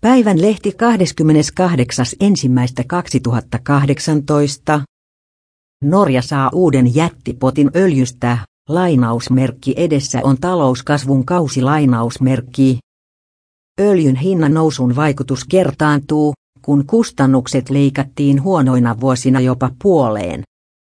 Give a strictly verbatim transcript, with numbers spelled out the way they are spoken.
Päivän lehti kahdeskymmeneskahdeksas ensimmäistä kaksituhattakahdeksantoista. Norja saa uuden jättipotin öljystä, lainausmerkki edessä on talouskasvun kausi lainausmerkki. Öljyn hinnan nousun vaikutus kertaantuu, kun kustannukset leikattiin huonoina vuosina jopa puoleen.